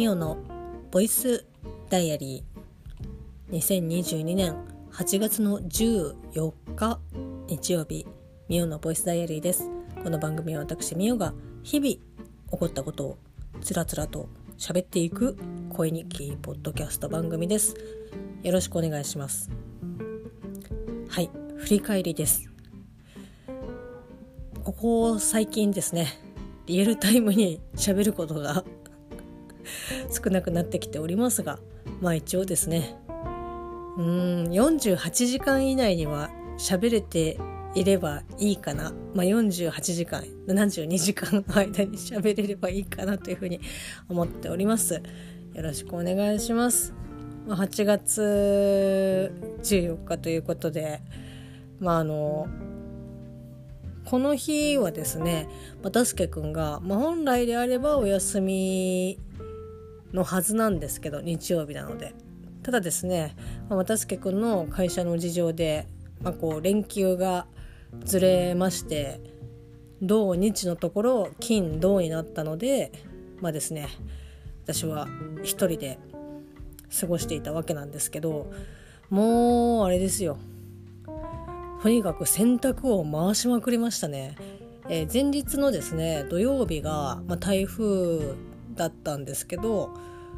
ミオのボイスダイアリー。2022年8月の14日日曜日、ミオのボイスダイアリーです。この番組は私ミオが日々起こったことをつらつらと喋っていく声日記ポッドキャスト番組です。よろしくお願いします。はい、振り返りです。ここ最近ですね、リアルタイムに喋ることが少なくなってきておりますが、一応ですね、48時間以内には喋れていればいいかな、48時間72時間の間に喋れればいいかなというふうに思っております。よろしくお願いします。8月14日ということで、この日はですね、たすけくんが、本来であればお休みのはずなんですけど、日曜日なので、ただですね、たすけくんの会社の事情で、連休がずれまして、土日のところ金土になったので、ですね、私は一人で過ごしていたわけなんですけど、もうあれですよ、とにかく洗濯を回しまくりましたね。前日のですね、土曜日が、台風だったんですけど、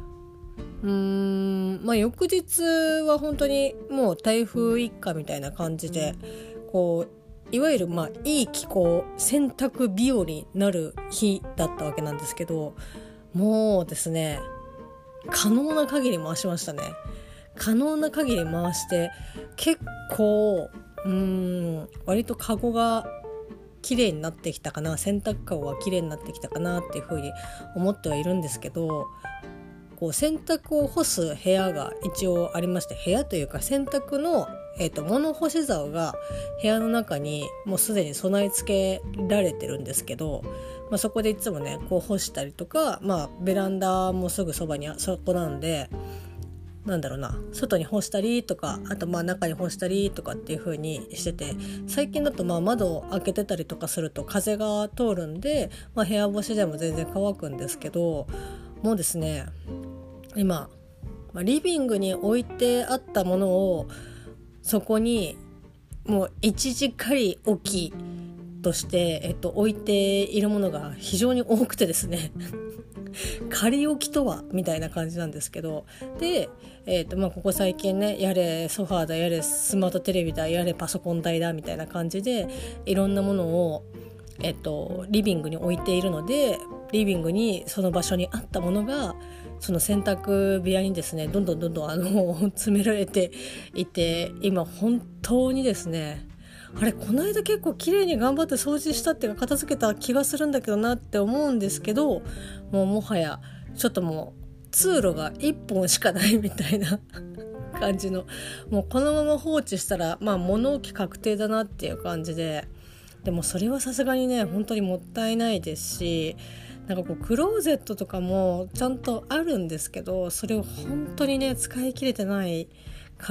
翌日は本当にもう台風一過みたいな感じで、いわゆるいい気候、洗濯日和になる日だったわけなんですけど、もうですね、可能な限り回しましたね。可能な限り回して、結構割とカゴが綺麗になってきたかな、洗濯カゴが綺麗になってきたかなっていうふうに思ってはいるんですけど、洗濯を干す部屋が一応ありまして、部屋というか洗濯の、物干し竿が部屋の中にもうすでに備え付けられてるんですけど、そこでいつもね干したりとか、ベランダもすぐそばにそこなんで、外に干したりとか、あと中に干したりとかっていう風にしてて、最近だと窓を開けてたりとかすると風が通るんで、部屋干しでも全然乾くんですけど、もうですね、今、リビングに置いてあったものをそこにもう一時仮置きとして、置いているものが非常に多くてですね仮置きとはみたいな感じなんですけど、で、ここ最近ね、やれソファーだ、やれスマートテレビだ、やれパソコン台だみたいな感じでいろんなものを、リビングに置いているので、リビングにその場所にあったものがその洗濯部屋にですね、どんどん詰められていて、今本当にですね、この間結構綺麗に頑張って掃除したっていうか片付けた気がするんだけどなって思うんですけど、もはやちょっともう通路が1本しかないみたいな感じの、もうこのまま放置したら物置確定だなっていう感じで、でもそれはさすがにね本当にもったいないですし、クローゼットとかもちゃんとあるんですけど、それを本当にね使い切れてないから、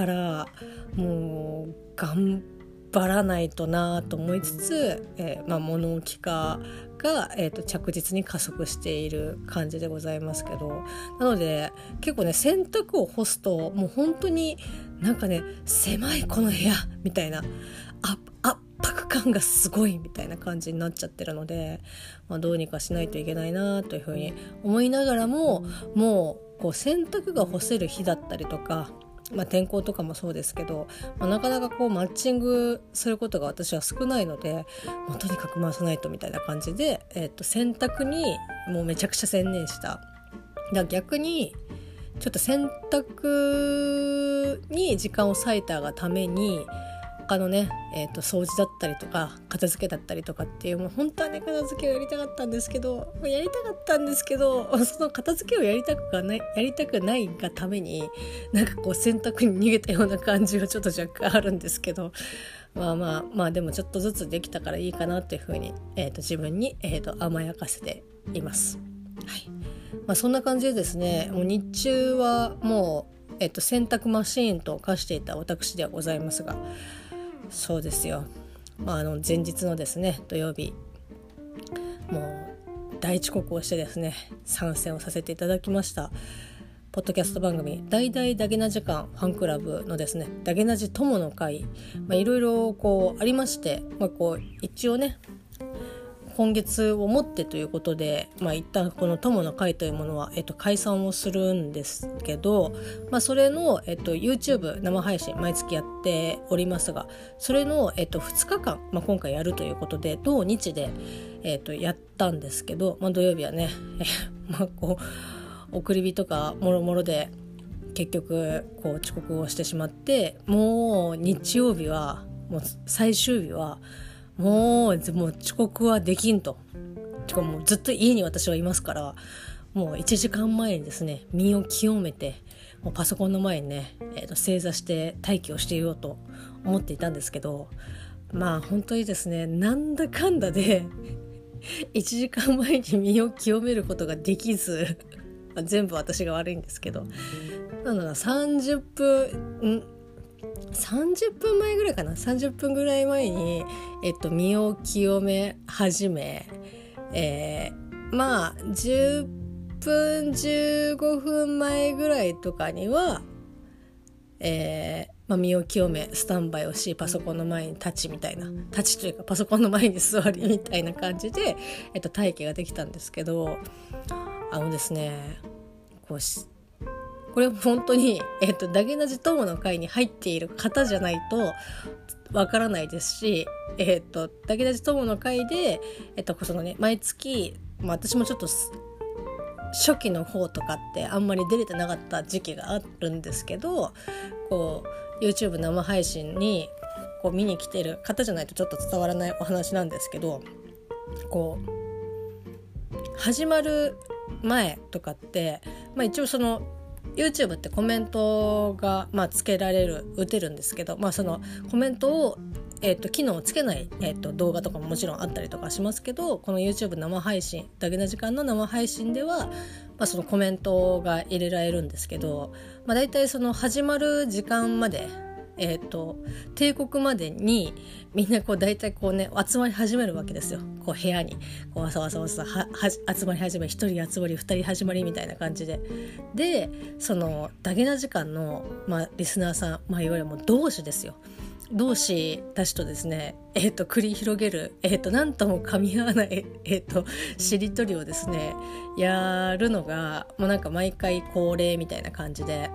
もう頑張らないとなと思いつつ、物置化が、着実に加速している感じでございますけど、なので結構ね、洗濯を干すともう本当に狭いこの部屋みたいな圧迫感がすごいみたいな感じになっちゃってるので、どうにかしないといけないなというふうに思いながらも、もう洗濯が干せる日だったりとか、天候とかもそうですけど、なかなかマッチングすることが私は少ないので、とにかく回さないとみたいな感じで、洗濯にもうめちゃくちゃ専念した。逆にちょっと洗濯に時間を割いたがために、他のね、掃除だったりとか片付けだったりとかっていう、もう本当はね片付けをやりたかったんですけどその片付けをやりたくないがために洗濯に逃げたような感じはちょっと若干あるんですけど、でもちょっとずつできたからいいかなというふうに、自分に、甘やかせています。はい。そんな感じでですね、もう日中はもう、洗濯マシーンと化していた私ではございますが、そうですよ、前日のですね土曜日、もう大遅刻をしてですね参戦をさせていただきましたポッドキャスト番組大々ダゲな時間ファンクラブのですねダゲなじ友の会、いろいろこうありまして、一応ね今月をもってということで、一旦この友の会というものは、解散をするんですけど、それの、YouTube 生配信毎月やっておりますが、それの、2日間、今回やるということで土日で、やったんですけど、土曜日はね、こう送り火とかもろもろで結局こう遅刻をしてしまって、もう日曜日はもう最終日はもう遅刻はできんと。もうずっと家に私はいますから、もう1時間前にですね身を清めて、もうパソコンの前にね、正座して待機をしていようと思っていたんですけど、本当にですねなんだかんだで1時間前に身を清めることができず全部私が悪いんですけど、30分前ぐらいかな、30分ぐらい前に、身を清め始め、10分15分前ぐらいとかには、身を清めスタンバイをしパソコンの前に立ちというかパソコンの前に座りみたいな感じで、待機ができたんですけど、ですねこれ本当に、ダゲなじ友の会に入っている方じゃないとわからないですし、ダゲなじ友の会で、そのね、毎月、私もちょっと初期の方とかってあんまり出れてなかった時期があるんですけど、こう YouTube 生配信にこう見に来てる方じゃないとちょっと伝わらないお話なんですけど、こう始まる前とかって、一応そのYouTube ってコメントがつけられる打てるんですけど、そのコメントを、機能をつけない、動画とかももちろんあったりとかしますけど、この YouTube 生配信ダゲな時間の生配信では、そのコメントが入れられるんですけど、だいたいその始まる時間まで帝国までにみんなこう大体こうね集まり始めるわけですよ。こう部屋にこうわさわさ集まり始め、1人集まり2人始まりみたいな感じで、そのダゲな時間の、リスナーさん、いわゆるもう同志ですよ。同志たちとですね、繰り広げる、なんとも噛み合わない、しりとりをですねやるのがもうなんか毎回恒例みたいな感じで、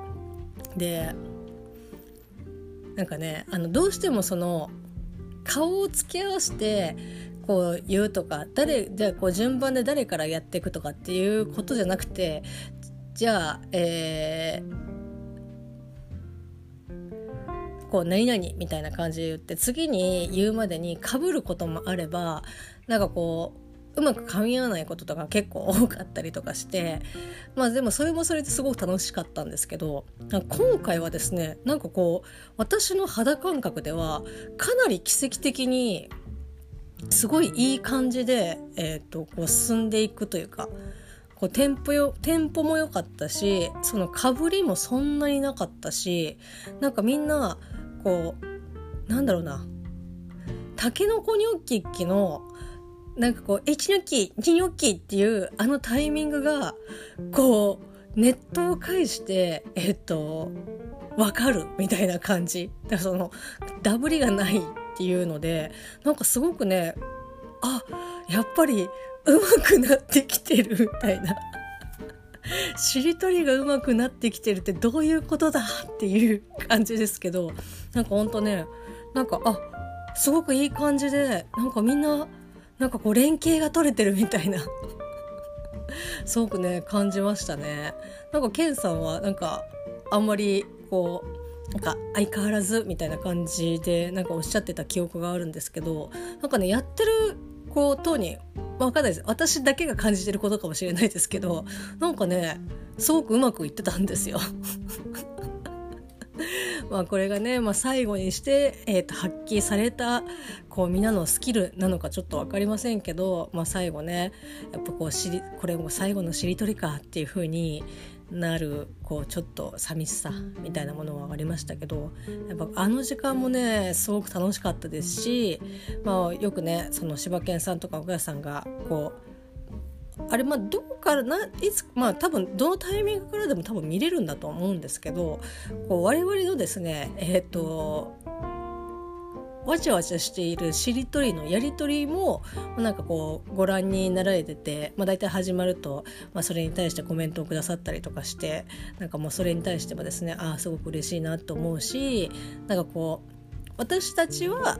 なんかねどうしてもその顔を付け合わせてこう言うとか、じゃあこう順番で誰からやっていくとかっていうことじゃなくて、じゃあ、こう何々みたいな感じで言って次に言うまでに被ることもあれば、なんかこううまく噛み合わないこととか結構多かったりとかして、でもそれもそれですごく楽しかったんですけど、今回はですねなんかこう私の肌感覚ではかなり奇跡的にすごいいい感じで、こう進んでいくというか、こうテンポも良かったし、その被りもそんなになかったし、なんかみんなこうなんだろうな、タケノコニョッキッキのなんかこう1ニョッキ2ニョッキっていうタイミングがこうネットを介してわかるみたいな感じだから、そのダブりがないっていうので、なんかすごくね、やっぱり上手くなってきてるみたいなしりとりが上手くなってきてるってどういうことだっていう感じですけど、なんかほんとね、なんかすごくいい感じで、なんかみんななんかこう連携が取れてるみたいなすごくね感じましたね。なんかケンさんはなんかあんまりこうなんか相変わらずみたいな感じでなんかおっしゃってた記憶があるんですけど、なんかねやってるこう等にわかんないです。私だけが感じてることかもしれないですけど、なんかねすごくうまくいってたんですよこれがね、最後にして、発揮されたこうみんなのスキルなのかちょっと分かりませんけど、最後ねやっぱこうこれも最後のしりとりかっていう風になるこうちょっと寂しさみたいなものはありましたけど、やっぱ時間もねすごく楽しかったですし、よくねその柴犬さんとか岡谷さんがこうあれどうからいつ多分どのタイミングからでも多分見れるんだと思うんですけど、我々のですねわちゃわちゃしているしりとりのやりとりもご覧になられてて、だいたい始まると、それに対してコメントをくださったりとかして、もうそれに対してもですねすごく嬉しいなと思うし、私たちは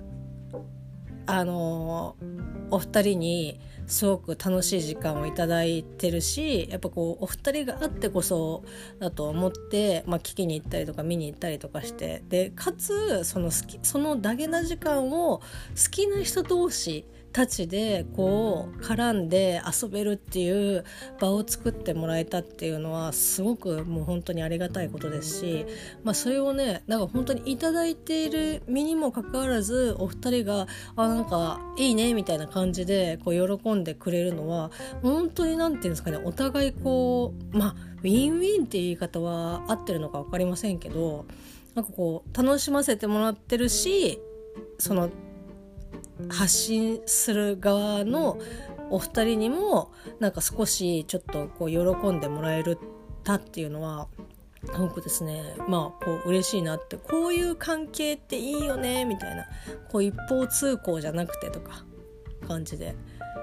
お二人にすごく楽しい時間をいただいてるし、やっぱお二人があってこそだと思って、聞きに行ったりとか見に行ったりとかして、でかつそのダゲな時間を好きな人同士たちで絡んで遊べるっていう場を作ってもらえたっていうのはすごくもう本当にありがたいことですし、それをね本当にいただいている身にもかかわらずお二人がいいねみたいな感じで喜んでくれるのは本当になんていうんですかね、お互いウィンウィンっていう言い方は合ってるのか分かりませんけど、楽しませてもらってるし、その発信する側のお二人にも少しちょっと喜んでもらえたっていうのはすごくですね嬉しいなって、こういう関係っていいよねみたいな、一方通行じゃなくてとか感じで、いや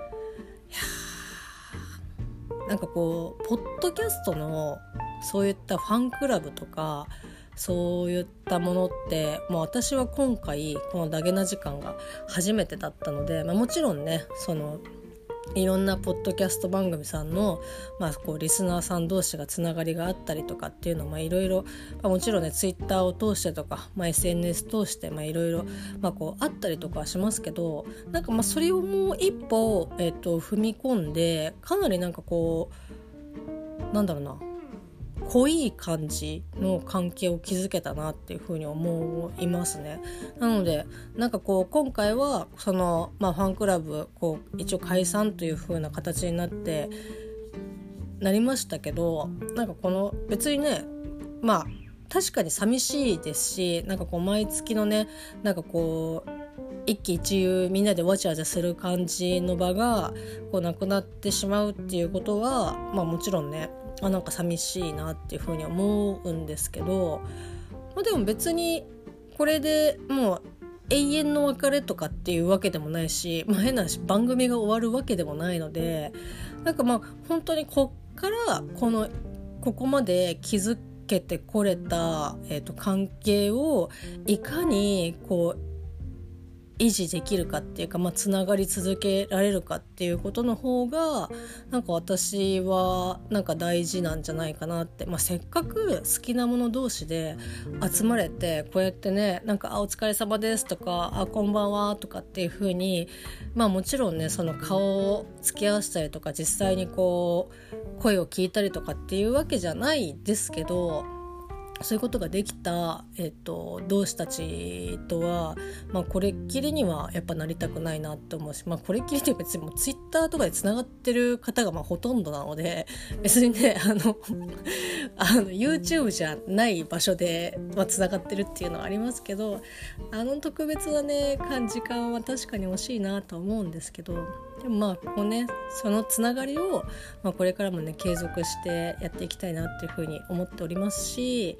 ポッドキャストのそういったファンクラブとかそういったものって私は今回このダゲな時間が初めてだったので、もちろんねいろんなポッドキャスト番組さんの、リスナーさん同士がつながりがあったりとかっていうのもいろいろもちろんねツイッターを通してとか、SNS 通していろいろあったりとかはしますけど、それをもう一歩、踏み込んでかなり濃い感じの関係を築けたなっていうふうに思いますね。なので今回はその、ファンクラブ一応解散というふうな形になりましたけど、別にね確かに寂しいですし、毎月のね一喜一憂みんなでわちゃわちゃする感じの場がなくなってしまうっていうことはもちろんね寂しいなっていうふうに思うんですけど、でも別にこれでもう永遠の別れとかっていうわけでもないし、変な話番組が終わるわけでもないので、本当にこっからここまで築けてこれた、関係をいかに維持できるかっていうか、つながり続けられるかっていうことの方が私は大事なんじゃないかなって、せっかく好きなもの同士で集まれてこうやってねお疲れ様ですとかこんばんはとかっていう風にもちろんねその顔を付き合わせたりとか実際に声を聞いたりとかっていうわけじゃないですけど、そういうことができた、同志たちとは、これっきりにはやっぱなりたくないなって思うし、これっきりって別にもうツイッターとかでつながってる方がほとんどなので、別にねYouTube じゃない場所でつながってるっていうのはありますけど、特別なね時間は確かに欲しいなと思うんですけど、でもそのつながりを、これからもね継続してやっていきたいなっていうふうに思っておりますし、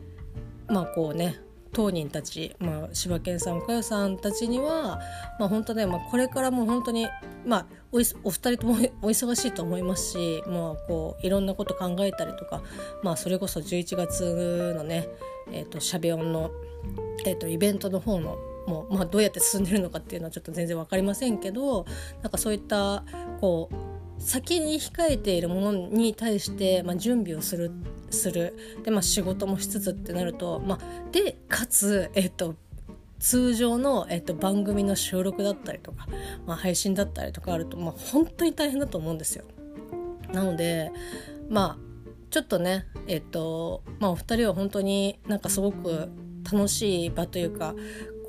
当人たち、柴犬さん岡代さんたちには、本当ね、これからも本当に、お二人ともお忙しいと思いますし、いろんなこと考えたりとか、それこそ11月のね、シャベオンの、イベントの方のもうどうやって進んでるのかっていうのはちょっと全然分かりませんけど、そういった先に控えているものに対して、準備をするで、仕事もしつつってなると、でかつ、通常の、番組の収録だったりとか、配信だったりとかあると、本当に大変だと思うんですよ。なのでちょっとねお二人は本当にすごく楽しい場というか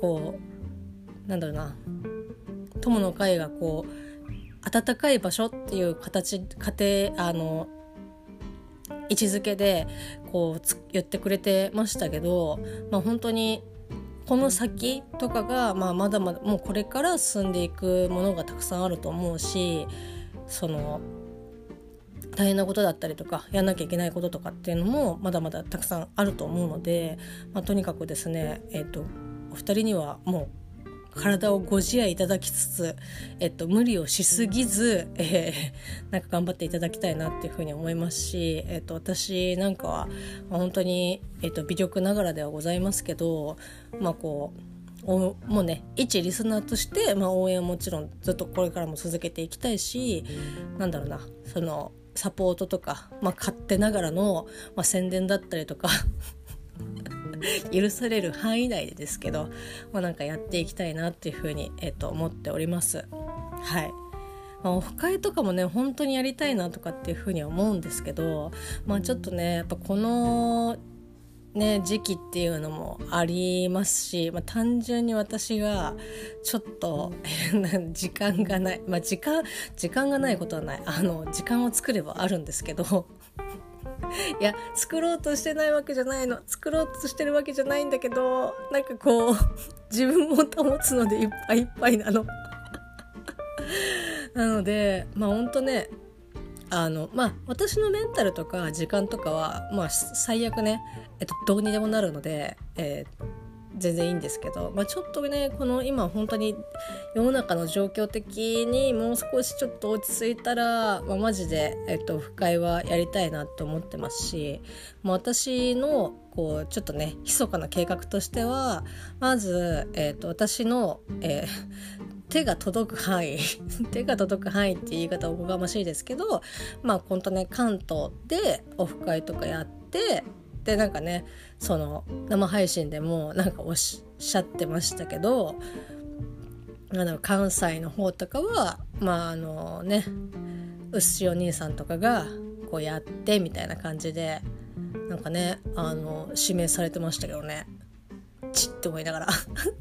友の会が温かい場所っていう形位置づけで言ってくれてましたけど、本当にこの先とかが、まだまだもうこれから進んでいくものがたくさんあると思うし、 大変なことだったりとかやんなきゃいけないこととかっていうのもまだまだたくさんあると思うので、とにかくですね、お二人にはもう体をご自愛いただきつつ、無理をしすぎず、なんか頑張っていただきたいなっていうふうに思いますし、私なんかは、本当に、微力ながらではございますけど、もうね一リスナーとして、応援はもちろんずっとこれからも続けていきたいし、なんだろうな、そのサポートとか、勝手ながらの、宣伝だったりとか許される範囲内でですけど、なんかやっていきたいなっていうふうに、思っております。はい。オフ会とかもね本当にやりたいなとかっていうふうには思うんですけど、ちょっとねやっぱこの時期っていうのもありますし、単純に私がちょっと時間がない、時間がないことはない、時間を作ればあるんですけどいや作ろうとしてないわけじゃないの、作ろうとしてるわけじゃないんだけど、なんかこう自分を保つのでいっぱいいっぱいなのなので本当ね、私のメンタルとか時間とかは、最悪ね、どうにでもなるので、全然いいんですけど、ちょっとねこの今本当に世の中の状況的にもう少しちょっと落ち着いたら、マジで、オフ会はやりたいなと思ってますし、私のこうちょっとね密かな計画としては、まず、私の、手が届く範囲手が届く範囲って言い方おこがましいですけど、本当ね関東でオフ会とかやって、でなんかねその生配信でもなんかおっしゃってましたけど、関西の方とかはうっしお兄さんとかがこうやってみたいな感じでなんかね指名されてましたけどね、チッって思いながら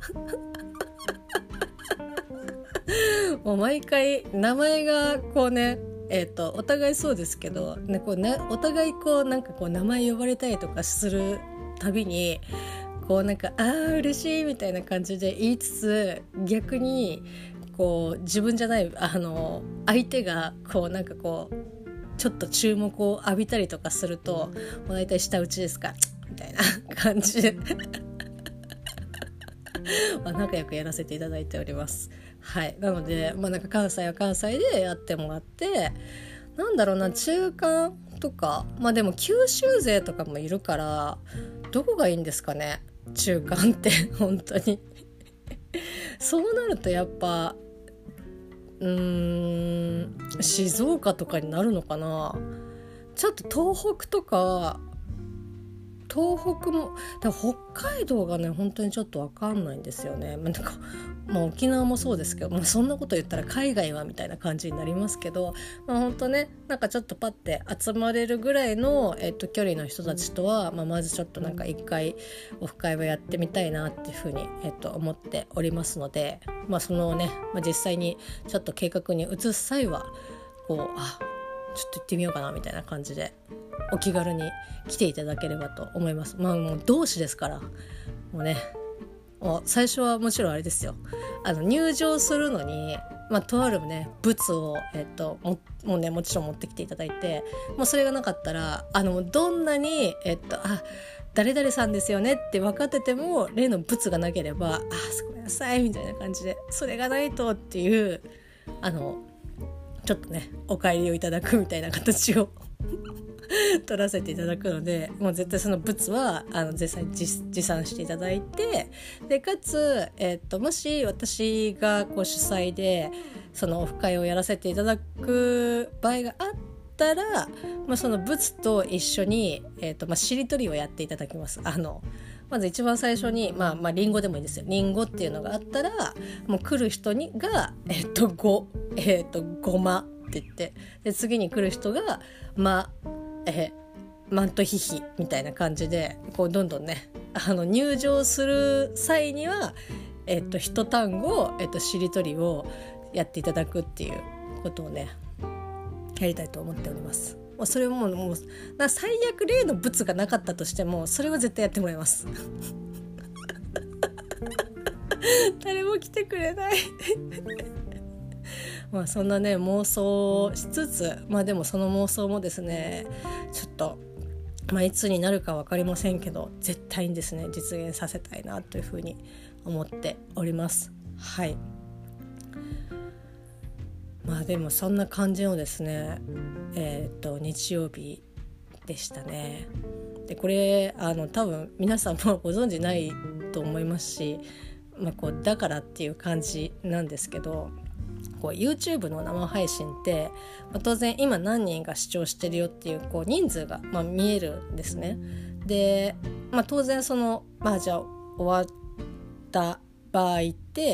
もう毎回名前がこうねお互いそうですけど、お互いなんか名前呼ばれたりとかするたびになんか嬉しいみたいな感じで言いつつ、逆に自分じゃない相手がなんかちょっと注目を浴びたりとかすると、もう大体舌打ちですかみたいな感じで仲良くやらせていただいております。はい。なので、なんか関西は関西でやってもらって、なんだろうな、中間とか、でも九州勢とかもいるから、どこがいいんですかね、中間って本当にそうなるとやっぱ静岡とかになるのかな。ちょっと東北とか、東北も北海道がね本当にちょっと分かんないんですよね。なんか沖縄もそうですけど、そんなこと言ったら海外はみたいな感じになりますけど、本当ねなんかちょっとパッて集まれるぐらいの、距離の人たちとは、まずちょっとなんか一回オフ会はやってみたいなっていうふうに、思っておりますので、そのね、実際にちょっと計画に移す際はちょっと行ってみようかなみたいな感じでお気軽に来ていただければと思います。もう同志ですから、もうね最初はもちろんあれですよ、入場するのに、とあるね物を、もうねもちろん持ってきていただいて、もうそれがなかったらどんなに誰々さんですよねって分かってても、例の物がなければごめんなさいみたいな感じで、それがないとっていうちょっとねお帰りをいただくみたいな形を取らせていただくので、もう絶対その物は絶対持参していただいて、でかつ、もし私が主催でそのオフ会をやらせていただく場合があったら、その物と一緒に、しりとりをやっていただきます。まず一番最初にリンゴでもいいですよ。リンゴっていうのがあったら、もう来る人にがごまって言って、で次に来る人がマントヒヒみたいな感じでどんどんね入場する際には一単語しりとりをやっていただくっていうことをねやりたいと思っております。それももう最悪例の物がなかったとしてもそれは絶対やってもらいます誰も来てくれないそんなね妄想をしつつ、でもその妄想もですねちょっといつになるか分かりませんけど絶対にですね実現させたいなというふうに思っております。はい。でもそんな感じのですね日曜日でしたね。でこれ多分皆さんもご存知ないと思いますし、だからっていう感じなんですけど、YouTube の生配信って、当然今何人が視聴してるよっていう人数が、見えるんですね。で、当然そのじゃあ終わった場合って、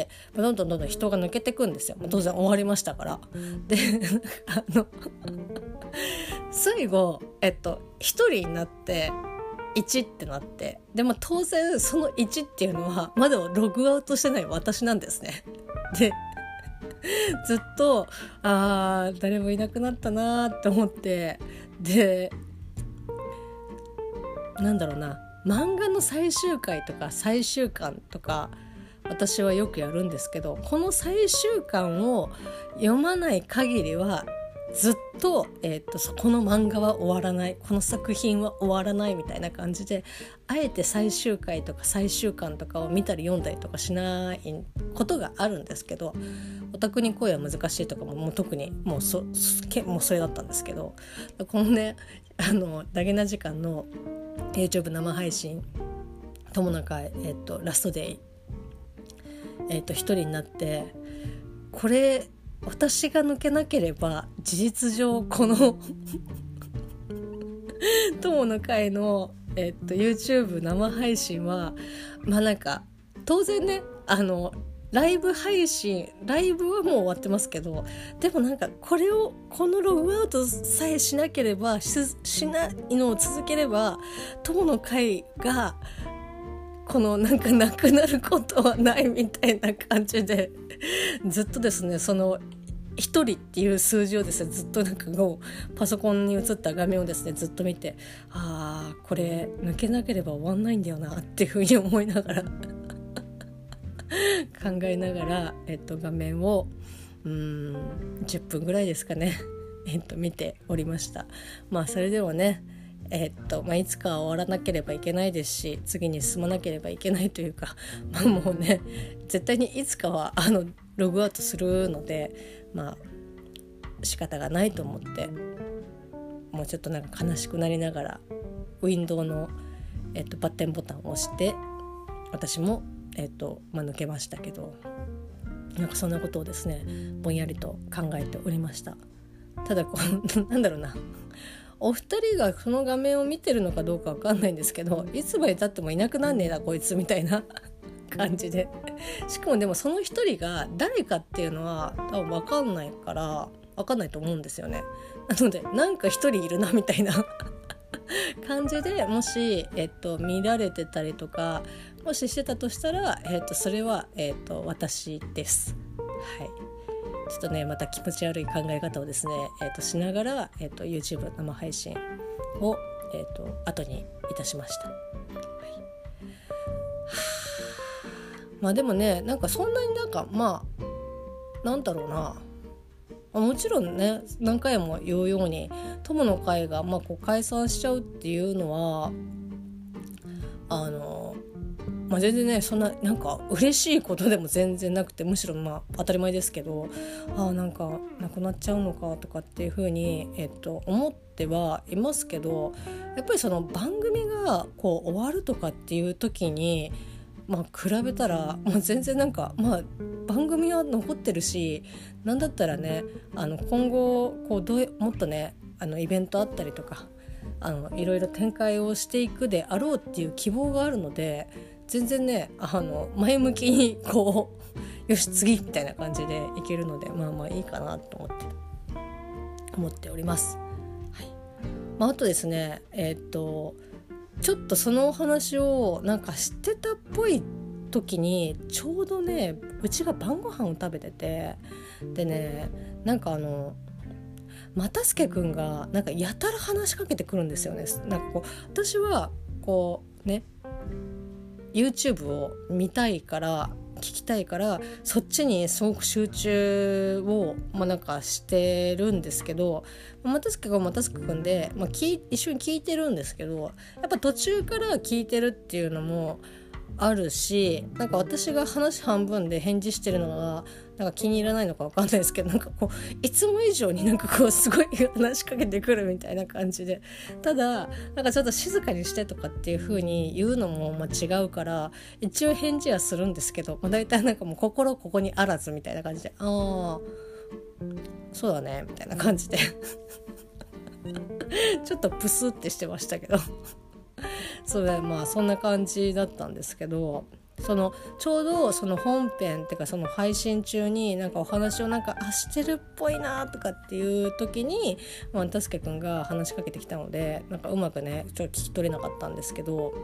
どんどん人が抜けてくんですよ。当然終わりましたから。で最後一人になって1ってなって、でも当然その1っていうのはまだログアウトしてない私なんですね。でずっと誰もいなくなったなって思って、で漫画の最終回とか最終巻とか私はよくやるんですけど、この最終巻を読まない限りはずっと、この漫画は終わらない、この作品は終わらないみたいな感じで、あえて最終回とか最終巻とかを見たり読んだりとかしないことがあるんですけど、オタクに恋は難しいとかも特にもうそれだったんですけど、このねダゲな時間の YouTube 生配信友の会、ラストデイ、一人になって、これ私が抜けなければ事実上この友の会の、YouTube 生配信は当然ねライブ配信ライブはもう終わってますけど、でもこのログアウトさえしなければしないのを続ければ友の会がなくなることはないみたいな感じで、ずっとですねその1人っていう数字をですねずっとパソコンに映った画面をですねずっと見て、これ抜けなければ終わんないんだよなっていうふうに思いながら考えながら、画面を10分ぐらいですかね見ておりました。それでもねいつかは終わらなければいけないですし、次に進まなければいけないというか、もうね絶対にいつかはログアウトするので、仕方がないと思って、もうちょっと悲しくなりながらウィンドウの、バッテンボタンを押して私も、抜けましたけど、そんなことをですねぼんやりと考えておりました。ただお二人がその画面を見てるのかどうかわかんないんですけど、いつまで経ってもいなくなんねえなこいつみたいな感じで、しかもでもその一人が誰かっていうのは多分わかんないと思うんですよね。なので一人いるなみたいな感じで、もし、見られてたりとかもししてたとしたら、それは、私です。はい。ちょっとねまた気持ち悪い考え方をですね、しながら、YouTube 生配信を、後にいたしました。はい、でもねそんなにもちろんね何回も言うように友の会が解散しちゃうっていうのは全然ねそんな嬉しいことでも全然なくて、むしろ当たり前ですけど、なくなっちゃうのかとかっていう風に、思ってはいますけど、やっぱりその番組が終わるとかっていう時に比べたら全然番組は残ってるし、なんだったらね今後もっとねイベントあったりとかいろいろ展開をしていくであろうっていう希望があるので、全然ね前向きによし次みたいな感じでいけるのでいいかなと思っております。はい。あとですねちょっとそのお話を知ってたっぽい時にちょうどねうちが晩ご飯を食べてて、でね又助くんがやたら話しかけてくるんですよね。私はYouTube を見たいから聞きたいからそっちにすごく集中を、なんかしてるんですけど、又助君は又助君で、一緒に聞いてるんですけど、やっぱ途中から聞いてるっていうのもあるし、なんか私が話半分で返事してるのがなんか気に入らないのか分かんないですけど、なんかこういつも以上になんかこうすごい話しかけてくるみたいな感じで、ただなんかちょっと静かにしてとかっていう風に言うのも違うから一応返事はするんですけど、大体なんかもう心ここにあらずみたいな感じで、ああそうだねみたいな感じでちょっとプスってしてましたけどそんな感じだったんですけど、ちょうどその本編っていうかその配信中になんかお話をなんかしてるっぽいなとかっていう時に又助くんが話しかけてきたので、なんかうまくねちょっと聞き取れなかったんですけど、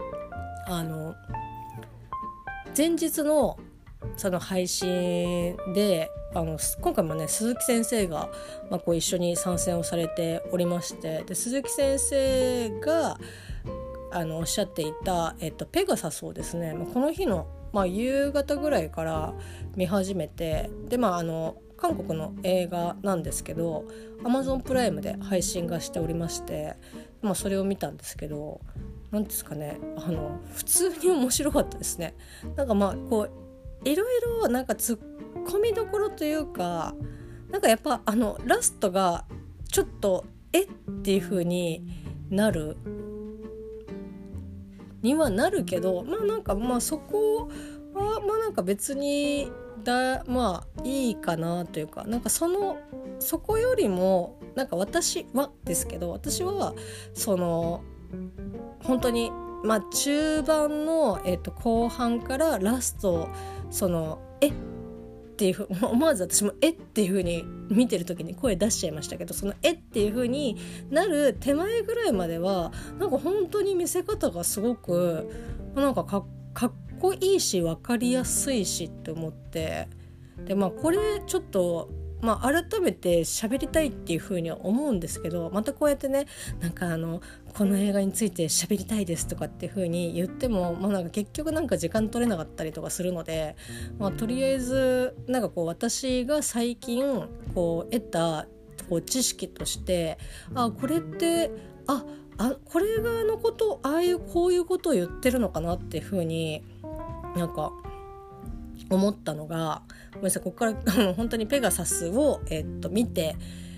前日のその配信で今回もね鈴木先生が、こう一緒に参戦をされておりまして、で鈴木先生がおっしゃっていた、ペガサスをですね、この日の、夕方ぐらいから見始めて、で韓国の映画なんですけど Amazon プライムで配信がしておりまして、それを見たんですけど、なんですかね、普通に面白かったですね。なんかこういろいろなんか突っ込みどころというか、なんかやっぱラストがちょっとっていう風になるにはなるけど、なんかそこはなんか別にいいかなというか、なんかそこよりもなんか私は本当に中盤の、後半からラストっていう思わず私もっていう風に見てる時に声出しちゃいましたけど、そのっていう風になる手前ぐらいまではなんか本当に見せ方がすごくなんかかっこいいし分かりやすいしって思って、でこれちょっと改めて喋りたいっていう風には思うんですけど、またこうやってねなんかこの映画について喋りたいですとかっていう風に言っても、なんか結局なんか時間取れなかったりとかするので、とりあえずなんかこう私が最近こう得たこう知識として、これってこれがことこういうことを言ってるのかなっていう風になんか思ったのが、ごめんなさい、ここから本当にペガサスを、見て、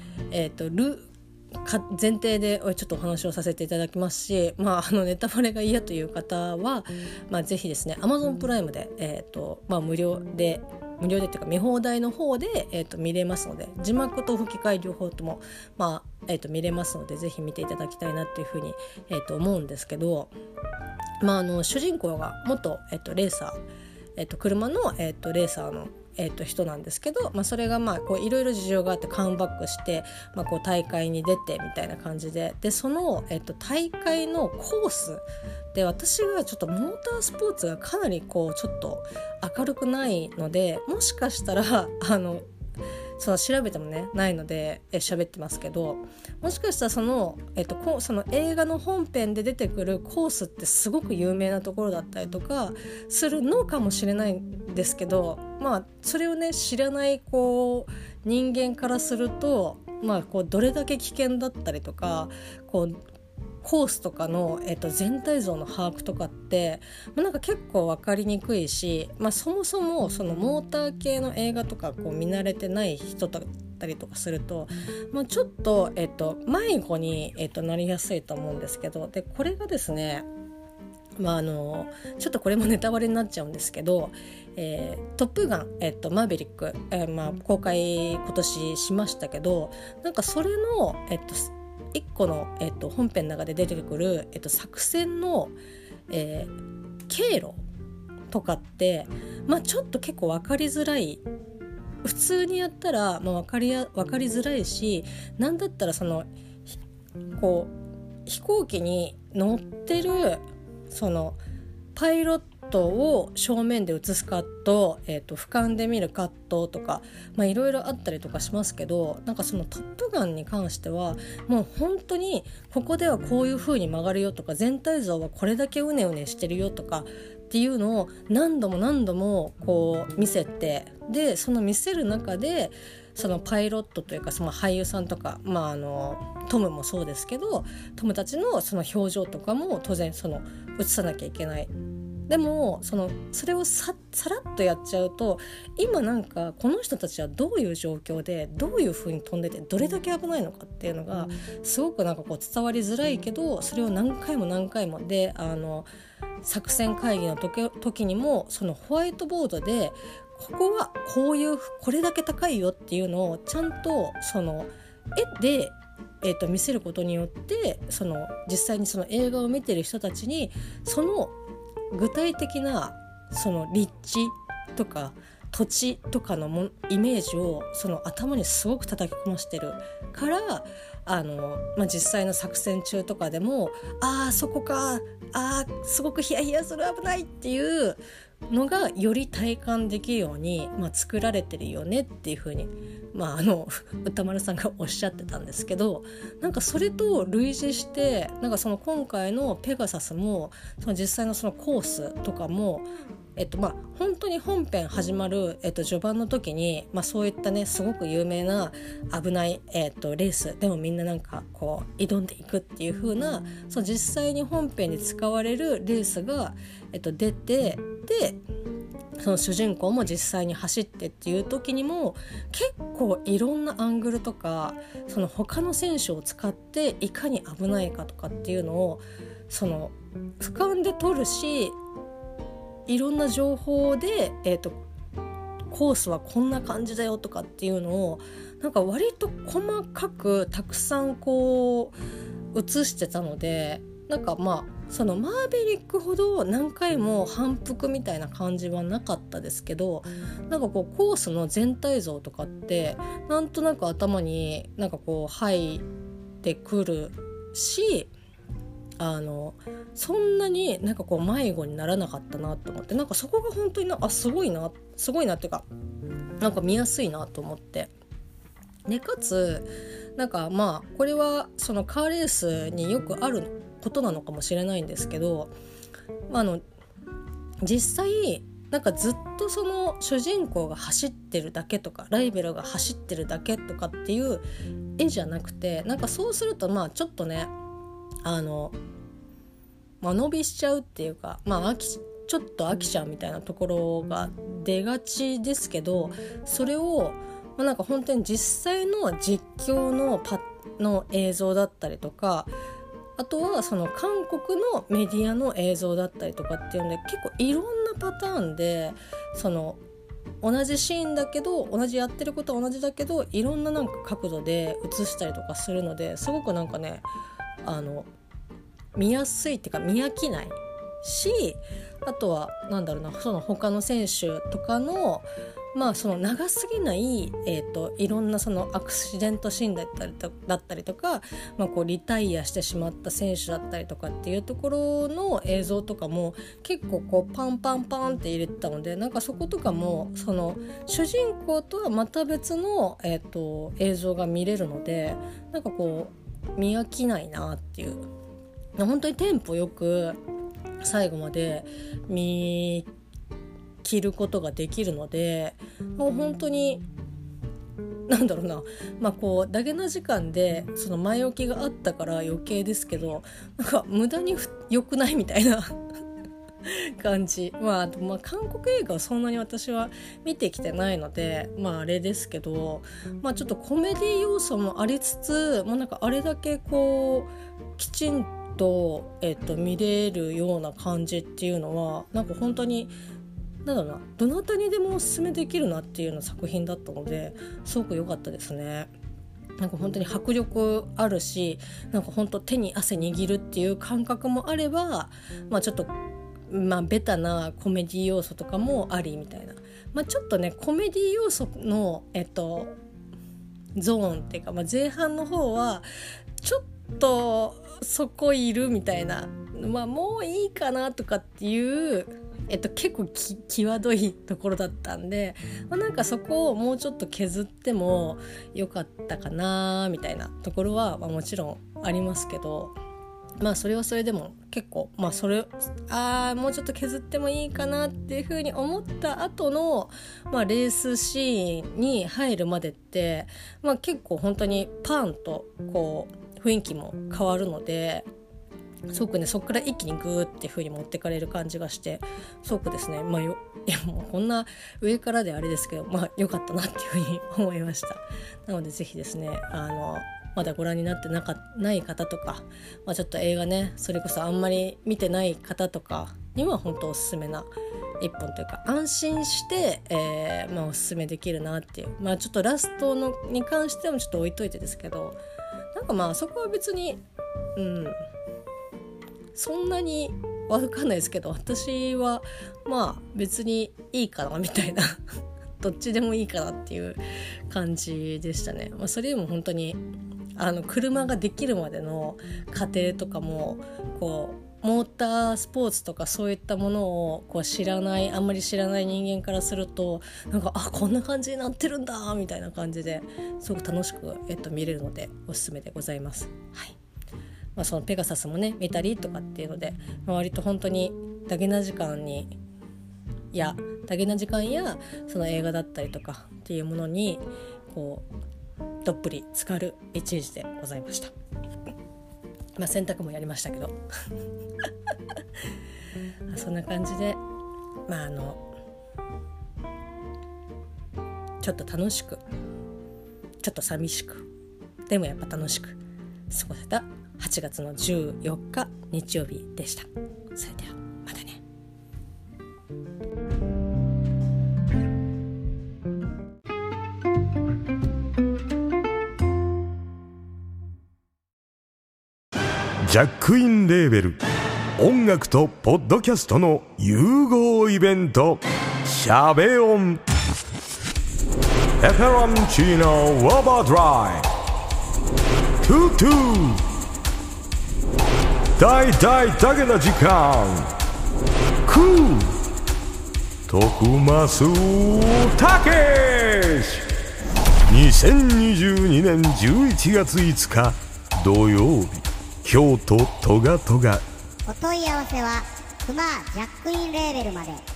前提でちょっとお話をさせていただきますし、ネタバレが嫌という方は、ぜひですね Amazon プライムで、無料でっていうか見放題の方で、見れますので、字幕と吹き替え両方とも、見れますのでぜひ見ていただきたいなっていうふうに、思うんですけど、主人公が元、レーサー、車の、レーサーの人なんですけど、それがこういろいろ事情があってカムバックして、こう大会に出てみたいな感じで、その、大会のコースで、私がちょっとモータースポーツがかなりこうちょっと明るくないので、もしかしたら調べてもねないので喋ってますけど、もしかしたらその映画の本編で出てくるコースってすごく有名なところだったりとかするのかもしれないんですけど、それをね知らないこう人間からすると、こうどれだけ危険だったりとか、こうコースとかの、全体像の把握とかって、なんか結構分かりにくいし、そもそもそのモーター系の映画とかこう見慣れてない人だったりとかすると、ちょっと、迷子に、なりやすいと思うんですけど、でこれがですねちょっとこれもネタバレになっちゃうんですけど、トップガン、マーヴェリック、公開今年しましたけど、なんかそれの、1個の、本編の中で出てくる、作戦の、経路とかって、ちょっと結構分かりづらい、普通にやったら、分かりづらいし、なんだったらこう飛行機に乗ってるそのパイロットを正面で映すカット、俯瞰で見るカットとかいろいろあったりとかしますけど、なんかそのトップガンに関してはもう本当にここではこういう風に曲がるよとか、全体像はこれだけうねうねしてるよとかっっていうのを何度も何度もこう見せて、でその見せる中でそのパイロットというかその俳優さんとか、トムもそうですけど、トムたちのその表情とかも当然その映さなきゃいけない。でもそれをさらっとやっちゃうと、今なんかこの人たちはどういう状況でどういう風に飛んでてどれだけ危ないのかっていうのがすごくなんかこう伝わりづらいけど、それを何回も何回もで作戦会議の時にもそのホワイトボードでここはこれだけ高いよっていうのをちゃんとその絵で見せることによって、その実際にその映画を見てる人たちにその具体的なその立地とか土地とかのイメージをその頭にすごく叩き込ましてるから実際の作戦中とかでもそこかすごくヒヤヒヤする危ないっていうのがより体感できるように、作られてるよねっていう風に、歌丸さんがおっしゃってたんですけど、なんかそれと類似してなんかその今回のペガサスもその実際のそのコースとかも本当に本編始まる、序盤の時に、そういったねすごく有名な危ない、レースでもみんななんかこう挑んでいくっていう風な、その実際に本編に使われるレースが、出て、でその主人公も実際に走ってっていう時にも結構いろんなアングルとかその他の選手を使っていかに危ないかとかっていうのをその俯瞰で撮るし、いろんな情報で、コースはこんな感じだよとかっていうのをなんか割と細かくたくさんこう映してたので、なんかそのマーヴェリックほど何回も反復みたいな感じはなかったですけど、なんかこうコースの全体像とかってなんとなく頭になんかこう入ってくるし、そんなになんかこう迷子にならなかったなと思って、なんかそこが本当にすごいなっていうか、なんか見やすいなと思って、でかつなんかこれはそのカーレースによくあることなのかもしれないんですけど、実際なんかずっとその主人公が走ってるだけとかライベルが走ってるだけとかっていう絵じゃなくて、なんかそうするとちょっとね間延びしちゃうっていうか、ちょっと飽きちゃうみたいなところが出がちですけど、それをなんか本当に実際の実況の映像だったりとか、あとはその韓国のメディアの映像だったりとかっていうので結構いろんなパターンでその同じシーンだけどやってることは同じだけどいろんななんか角度で映したりとかするので、すごくなんかね見やすいっていうか見飽きないし、あとはその他の選手とかのその長すぎない、いろんなそのアクシデントシーンだったりとか、こうリタイアしてしまった選手だったりとかっていうところの映像とかも結構こうパンパンパンって入れてたので、なんかそことかもその主人公とはまた別の、映像が見れるので、なんかこう見飽きないなっていう、本当にテンポよく最後まで見切ることができるので、もう本当にこうダゲな時間でその前置きがあったから余計ですけど、なんか無駄に良くないみたいな感じ。あと韓国映画はそんなに私は見てきてないのであれですけど、ちょっとコメディ要素もありつつ、なんかあれだけこうきちんと、見れるような感じっていうのはなんか本当にどなたにでもおすすめできるなっていうような作品だったので、すごく良かったですね。なんか本当に迫力あるし、なんか本当手に汗握るっていう感覚もあれば、ちょっとベタなコメディ要素とかもありみたいな、ちょっとねコメディ要素のゾーンっていうか、前半の方はちょっとそこいるみたいな、もういいかなとかっていう結構際どいところだったんで、なんかそこをもうちょっと削ってもよかったかなみたいなところは、もちろんありますけど、 まあそれはそれでも結構まあそれもうちょっと削ってもいいかなっていう風に思った後の、まあ、レースシーンに入るまでって、まあ、結構本当にパーンとこう雰囲気も変わるので、すごくねそこから一気にグーっていう風に持ってかれる感じがして、すごくですね、まあいやもうこんな上からであれですけど、まあ良かったなっていう風に思いました。なのでぜひですねまだご覧になってない方とか、まあ、ちょっと映画ねそれこそあんまり見てない方とかには本当おすすめな一本というか、安心して、まあ、おすすめできるなっていう、まあちょっとラストに関してもちょっと置いといてですけど、なんかまあそこは別にそんなに悪かんないですけど、私はまあ別にいいかなみたいなどっちでもいいかなっていう感じでしたね。まあ、それでも本当に車ができるまでの過程とかもこうモータースポーツとかそういったものをこうあんまり知らない人間からすると、なんかこんな感じになってるんだみたいな感じですごく楽しく、見れるのでおすすめでございます。はい。まあ、そのペガサスもね見たりとかっていうので、まあ、割と本当にダゲな時間やその映画だったりとかっていうものにこうどっぷり浸かる一日でございました。まあ洗濯もやりましたけどそんな感じでまあちょっと楽しくちょっと寂しくでもやっぱ楽しく過ごせた8月の14日日曜日でした。それではまたね。 ジャックインレーベル音楽とポッドキャストの融合イベントシャベオンペペロンチーノウォーバードライトゥトゥ大大だけな時間クー徳増たけし2022年11月5日土曜日京都トガトガ。 お問い合わせはクマジャックインレーベルまで。